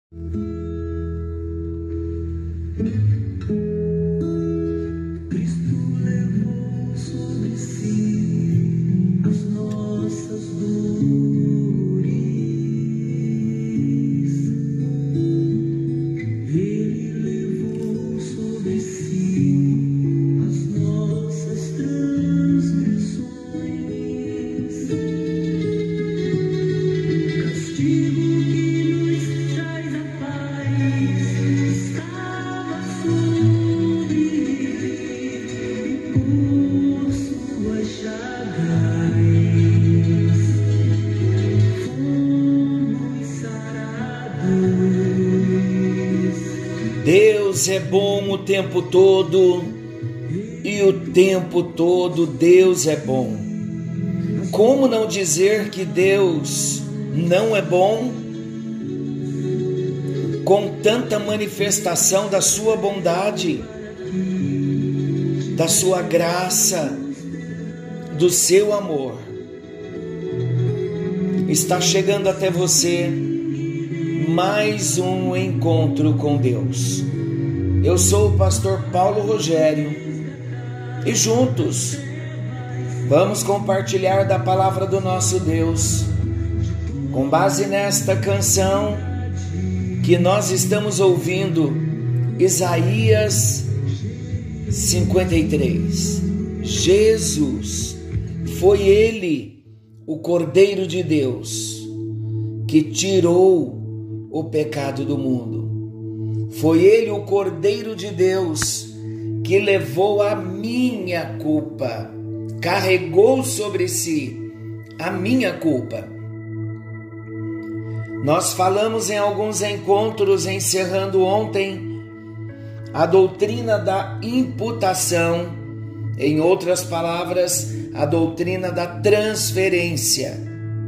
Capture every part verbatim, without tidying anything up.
Deus é bom o tempo todo, e o tempo todo Deus é bom. Como não dizer que Deus não é bom? Com tanta manifestação da sua bondade, da sua graça, do seu amor. Está chegando até você mais um encontro com Deus. Eu sou o pastor Paulo Rogério e juntos vamos compartilhar da palavra do nosso Deus, com base nesta canção que nós estamos ouvindo, Isaías cinquenta e três. Jesus, foi Ele, o Cordeiro de Deus, que tirou o pecado do mundo. Foi Ele, o Cordeiro de Deus, que levou a minha culpa, carregou sobre si a minha culpa. Nós falamos em alguns encontros, encerrando ontem, a doutrina da imputação, em outras palavras, a doutrina da transferência.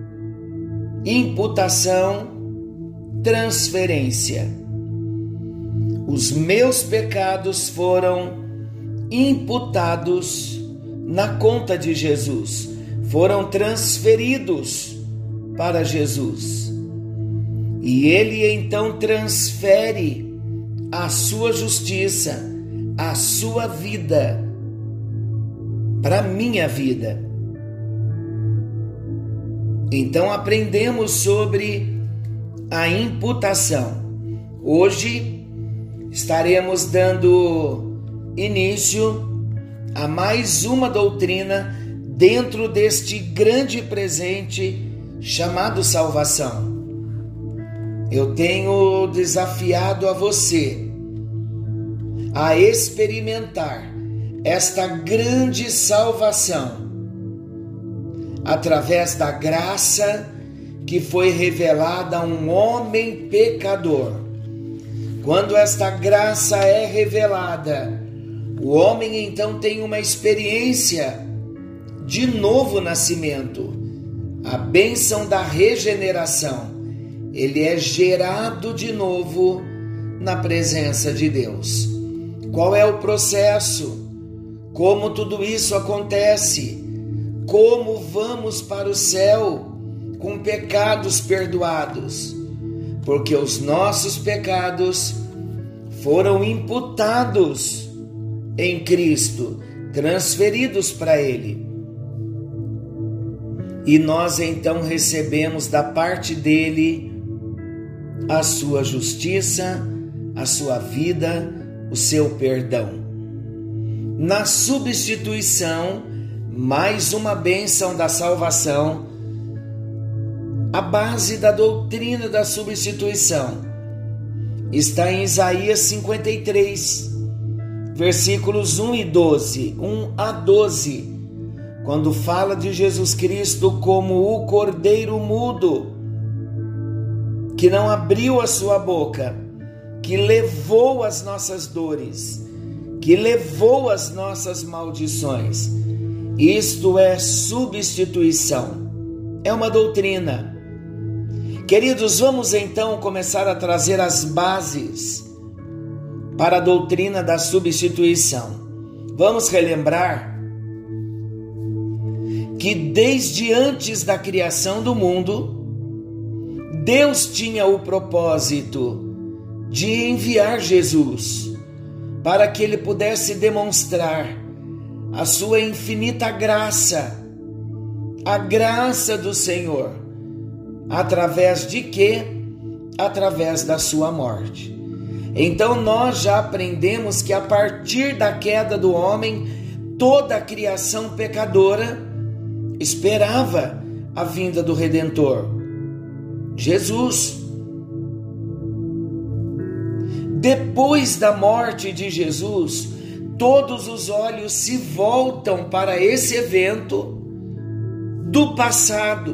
Imputação, transferência. Os meus pecados foram imputados na conta de Jesus, foram transferidos para Jesus. E Ele então transfere a sua justiça, a sua vida, para a minha vida. Então aprendemos sobre a imputação. Hoje estaremos dando início a mais uma doutrina dentro deste grande presente chamado salvação. Eu tenho desafiado a você a experimentar esta grande salvação através da graça que foi revelada a um homem pecador. Quando esta graça é revelada, o homem então tem uma experiência de novo nascimento, a bênção da regeneração. Ele é gerado de novo na presença de Deus. Qual é o processo? Como tudo isso acontece? Como vamos para o céu com pecados perdoados? Porque os nossos pecados foram imputados em Cristo, transferidos para Ele. E nós então recebemos da parte dele a sua justiça, a sua vida, o seu perdão. Na substituição, mais uma bênção da salvação, a base da doutrina da substituição está em Isaías cinquenta e três, versículos um e doze, um a doze, quando fala de Jesus Cristo como o Cordeiro mudo, que não abriu a sua boca, que levou as nossas dores, que levou as nossas maldições. Isto é substituição, é uma doutrina. Queridos, vamos então começar a trazer as bases para a doutrina da substituição. Vamos relembrar que desde antes da criação do mundo, Deus tinha o propósito de enviar Jesus para que ele pudesse demonstrar a sua infinita graça, a graça do Senhor, através de quê? Através da sua morte. Então nós já aprendemos que a partir da queda do homem, toda a criação pecadora esperava a vinda do Redentor, Jesus. Depois da morte de Jesus, todos os olhos se voltam para esse evento do passado,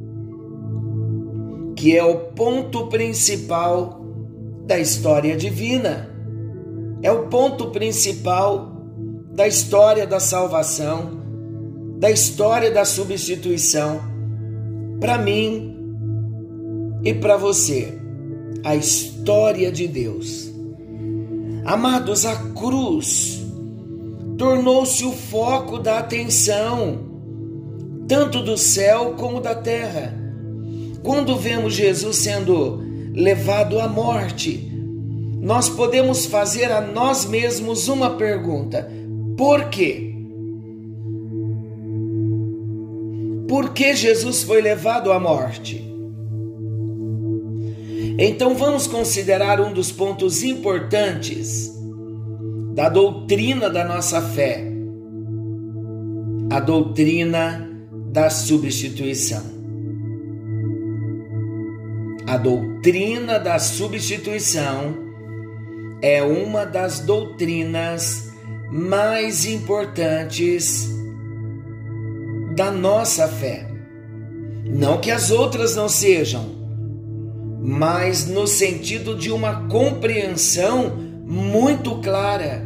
que é o ponto principal da história divina, é o ponto principal da história da salvação, da história da substituição, para mim e para você, a história de Deus. Amados, a cruz tornou-se o foco da atenção, tanto do céu como da terra. Quando vemos Jesus sendo levado à morte, nós podemos fazer a nós mesmos uma pergunta: por quê? Por que Jesus foi levado à morte? Então vamos considerar um dos pontos importantes da doutrina da nossa fé, a doutrina da substituição. A doutrina da substituição é uma das doutrinas mais importantes da nossa fé. Não que as outras não sejam, mas no sentido de uma compreensão muito clara.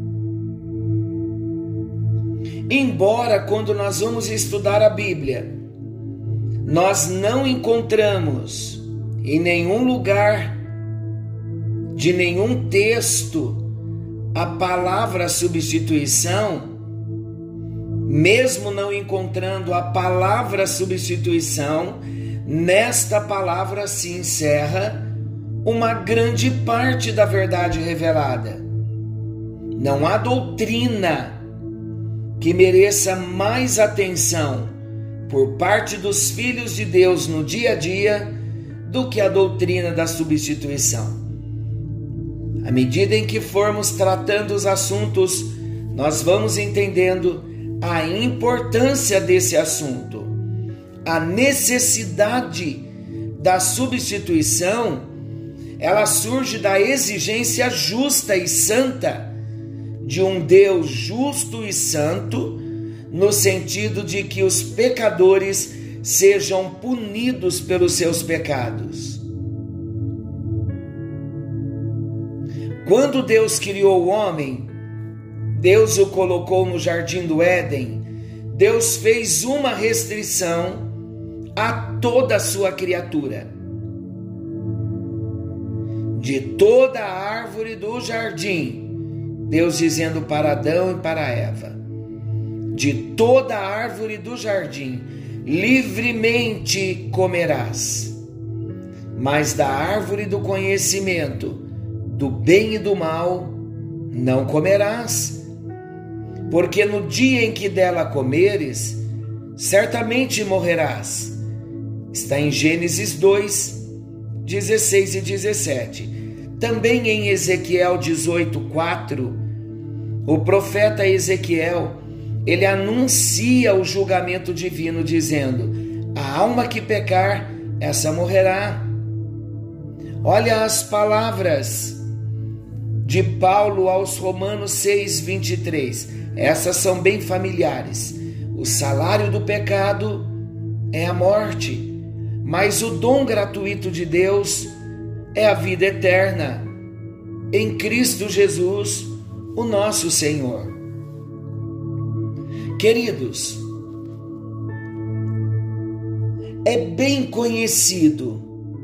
Embora quando nós vamos estudar a Bíblia, nós não encontramos em nenhum lugar de nenhum texto a palavra substituição, mesmo não encontrando a palavra substituição, nesta palavra se encerra uma grande parte da verdade revelada. Não há doutrina que mereça mais atenção por parte dos filhos de Deus no dia a dia do que a doutrina da substituição. À medida em que formos tratando os assuntos, nós vamos entendendo a importância desse assunto, a necessidade da substituição. Ela surge da exigência justa e santa de um Deus justo e santo, no sentido de que os pecadores sejam punidos pelos seus pecados. Quando Deus criou o homem, Deus o colocou no jardim do Éden, Deus fez uma restrição a toda a sua criatura. De toda a árvore do jardim, Deus dizendo para Adão e para Eva, de toda a árvore do jardim, livremente comerás, mas da árvore do conhecimento do bem e do mal não comerás, porque no dia em que dela comeres, certamente morrerás. Está em Gênesis dois, dezesseis e dezessete. Também em Ezequiel dezoito, quatro, o profeta Ezequiel, ele anuncia o julgamento divino, dizendo: a alma que pecar, essa morrerá. Olha as palavras de Paulo aos Romanos seis, vinte e três. Essas são bem familiares. O salário do pecado é a morte, mas o dom gratuito de Deus é a vida eterna em Cristo Jesus, o nosso Senhor. Queridos, é bem conhecido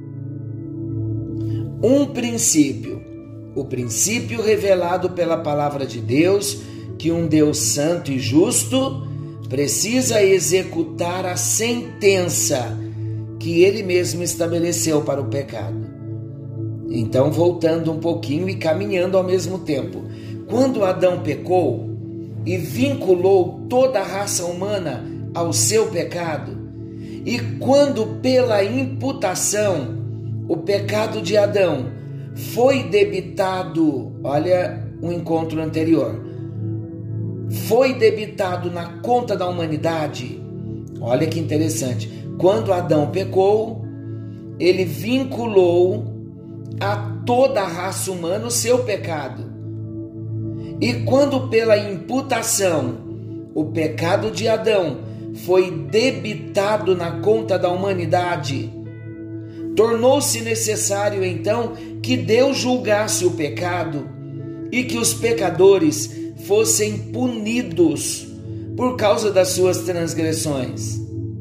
um princípio, o princípio revelado pela palavra de Deus, que um Deus santo e justo precisa executar a sentença que ele mesmo estabeleceu para o pecado. Então, voltando um pouquinho e caminhando ao mesmo tempo. Quando Adão pecou e vinculou toda a raça humana ao seu pecado, e quando pela imputação o pecado de Adão foi debitado, olha o encontro anterior, foi debitado na conta da humanidade. Olha que interessante. Quando Adão pecou, ele vinculou a toda a raça humana o seu pecado. E quando pela imputação o pecado de Adão foi debitado na conta da humanidade, tornou-se necessário então que Deus julgasse o pecado e que os pecadores fossem punidos por causa das suas transgressões.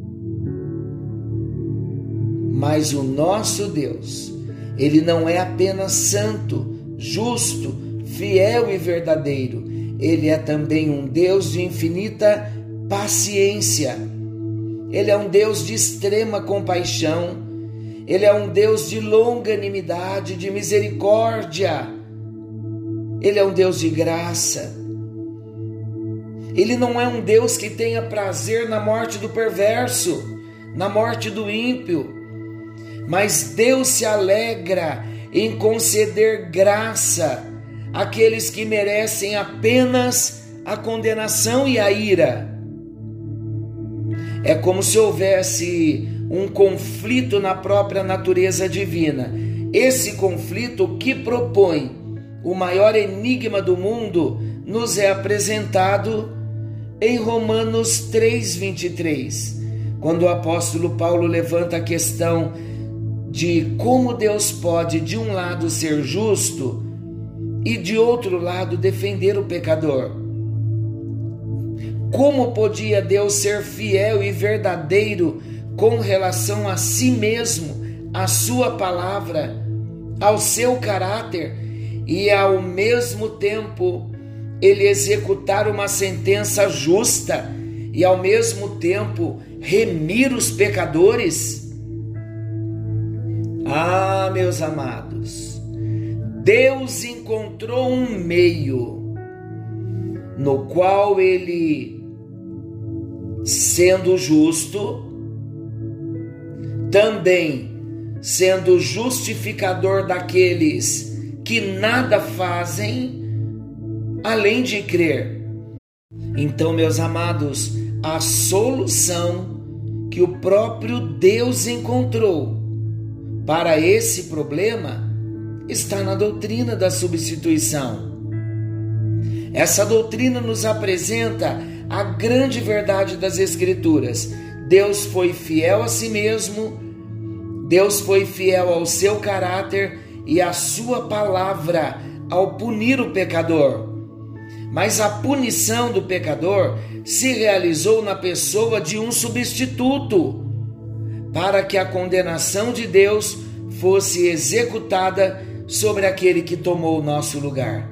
Mas o nosso Deus, Ele não é apenas santo, justo, fiel e verdadeiro. Ele é também um Deus de infinita paciência. Ele é um Deus de extrema compaixão. Ele é um Deus de longanimidade, de misericórdia. Ele é um Deus de graça. Ele não é um Deus que tenha prazer na morte do perverso, na morte do ímpio, mas Deus se alegra em conceder graça àqueles que merecem apenas a condenação e a ira. É como se houvesse um conflito na própria natureza divina. Esse conflito que propõe o maior enigma do mundo nos é apresentado em Romanos três, vinte e três, quando o apóstolo Paulo levanta a questão de como Deus pode, de um lado, ser justo e, de outro lado, defender o pecador. Como podia Deus ser fiel e verdadeiro com relação a si mesmo, à sua palavra, ao seu caráter, e ao mesmo tempo ele executar uma sentença justa e ao mesmo tempo remir os pecadores? Ah, meus amados, Deus encontrou um meio no qual ele, sendo justo, também sendo justificador daqueles que nada fazem além de crer. Então, meus amados, a solução que o próprio Deus encontrou para esse problema está na doutrina da substituição. Essa doutrina nos apresenta a grande verdade das Escrituras. Deus foi fiel a si mesmo, Deus foi fiel ao seu caráter e à sua palavra ao punir o pecador. Mas a punição do pecador se realizou na pessoa de um substituto, para que a condenação de Deus fosse executada sobre aquele que tomou o nosso lugar.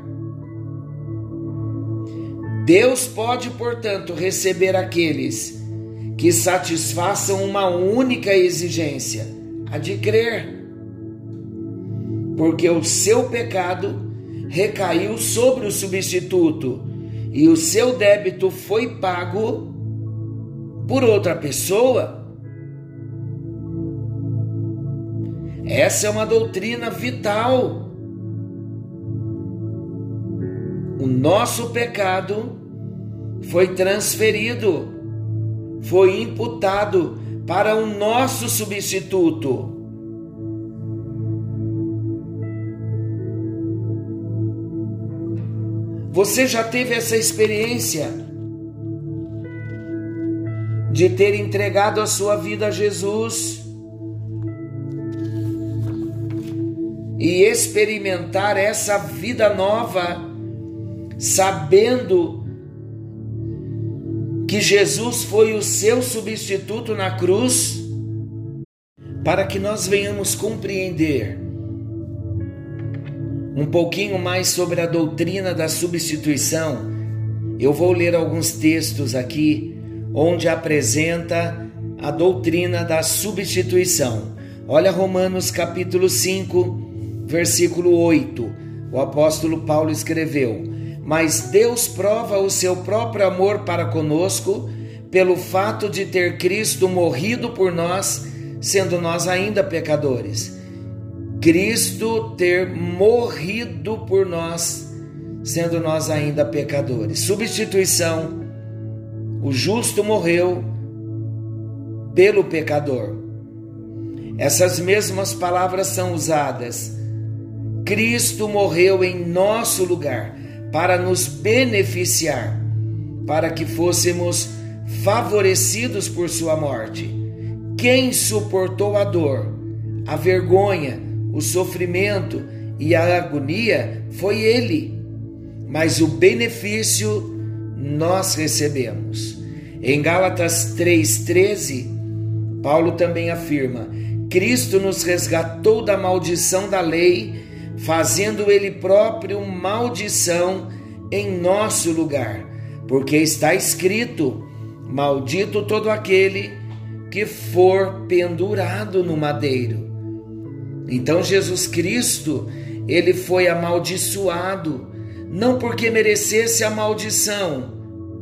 Deus pode, portanto, receber aqueles que satisfaçam uma única exigência, a de crer, porque o seu pecado recaiu sobre o substituto e o seu débito foi pago por outra pessoa. Essa é uma doutrina vital. O nosso pecado foi transferido, foi imputado para o nosso substituto. Você já teve essa experiência de ter entregado a sua vida a Jesus e experimentar essa vida nova, sabendo que Jesus foi o seu substituto na cruz? Para que nós venhamos compreender um pouquinho mais sobre a doutrina da substituição, eu vou ler alguns textos aqui onde apresenta a doutrina da substituição. Olha Romanos capítulo cinco, versículo oito, o apóstolo Paulo escreveu: mas Deus prova o seu próprio amor para conosco pelo fato de ter Cristo morrido por nós, sendo nós ainda pecadores. Cristo ter morrido por nós, sendo nós ainda pecadores. Substituição. O justo morreu pelo pecador. Essas mesmas palavras são usadas. Cristo morreu em nosso lugar para nos beneficiar, para que fôssemos favorecidos por sua morte. Quem suportou a dor, a vergonha, o sofrimento e a agonia foi Ele, mas o benefício nós recebemos. Em Gálatas três, treze, Paulo também afirma: Cristo nos resgatou da maldição da lei, fazendo Ele próprio maldição em nosso lugar, porque está escrito: maldito todo aquele que for pendurado no madeiro. Então Jesus Cristo, Ele foi amaldiçoado, não porque merecesse a maldição.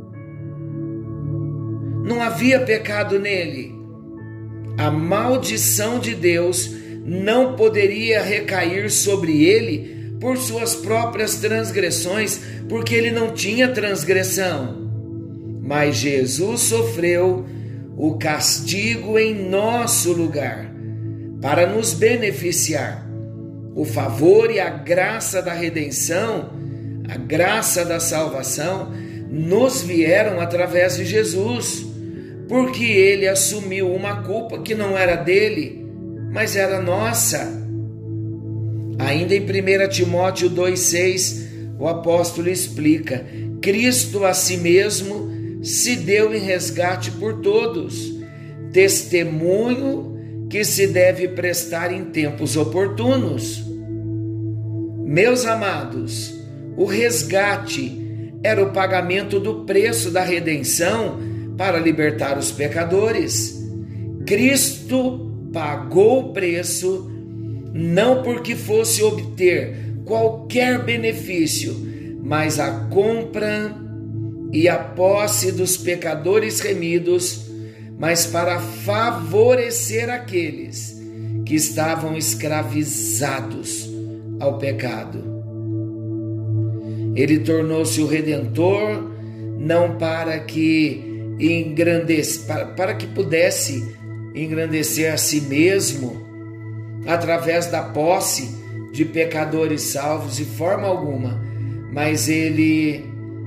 Não havia pecado nele. A maldição de Deus não poderia recair sobre ele por suas próprias transgressões, porque ele não tinha transgressão. Mas Jesus sofreu o castigo em nosso lugar, para nos beneficiar. O favor e a graça da redenção, a graça da salvação, nos vieram através de Jesus, porque ele assumiu uma culpa que não era dele, mas era nossa. Ainda em primeira Timóteo dois, seis, o apóstolo explica: Cristo a si mesmo se deu em resgate por todos, testemunho que se deve prestar em tempos oportunos. Meus amados, o resgate era o pagamento do preço da redenção para libertar os pecadores. Cristo pagou o preço não porque fosse obter qualquer benefício, mas a compra e a posse dos pecadores remidos, mas para favorecer aqueles que estavam escravizados ao pecado. Ele tornou-se o Redentor não para que engrandece, para, para que pudesse engrandecer a si mesmo através da posse de pecadores salvos de forma alguma, mas ele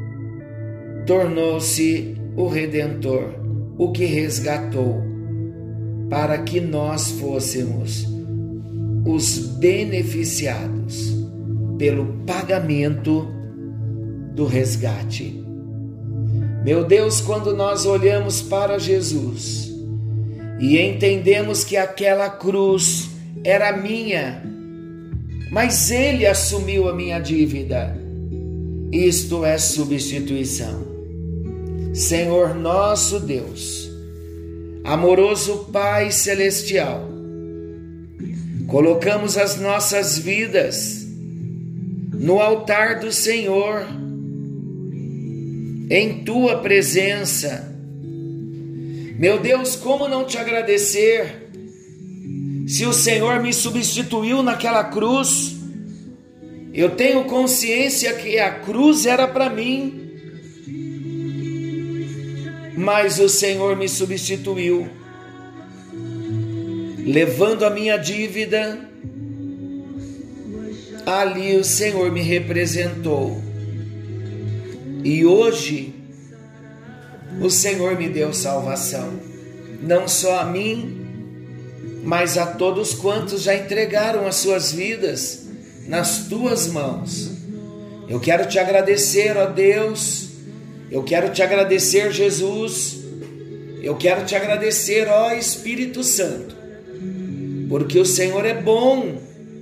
tornou-se o Redentor, o que resgatou, para que nós fôssemos os beneficiados pelo pagamento do resgate. Meu Deus, quando nós olhamos para Jesus e entendemos que aquela cruz era minha, mas Ele assumiu a minha dívida, isto é substituição. Senhor nosso Deus, amoroso Pai Celestial, colocamos as nossas vidas no altar do Senhor, em Tua presença. Meu Deus, como não te agradecer, se o Senhor me substituiu naquela cruz. Eu tenho consciência que a cruz era para mim, mas o Senhor me substituiu, levando a minha dívida. Ali o Senhor me representou, e hoje o Senhor me deu salvação, não só a mim, mas a todos quantos já entregaram as suas vidas nas Tuas mãos. Eu quero te agradecer, ó Deus, eu quero te agradecer, Jesus, eu quero te agradecer, ó Espírito Santo, porque o Senhor é bom.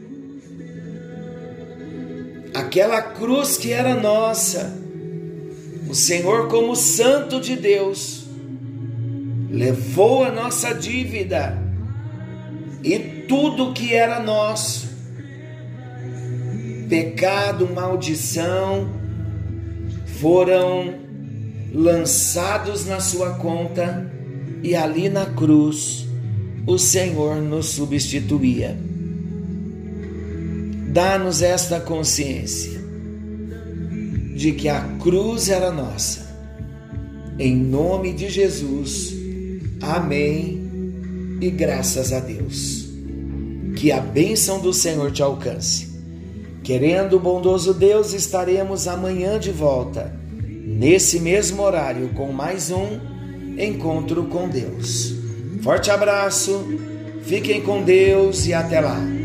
Aquela cruz que era nossa, o Senhor, como Santo de Deus, levou a nossa dívida e tudo que era nosso, pecado, maldição, foram lançados na sua conta e ali na cruz o Senhor nos substituía. Dá-nos esta consciência de que a cruz era nossa. Em nome de Jesus, amém e graças a Deus. Que a bênção do Senhor te alcance. Querendo o bondoso Deus, estaremos amanhã de volta, nesse mesmo horário, com mais um Encontro com Deus. Forte abraço, fiquem com Deus e até lá.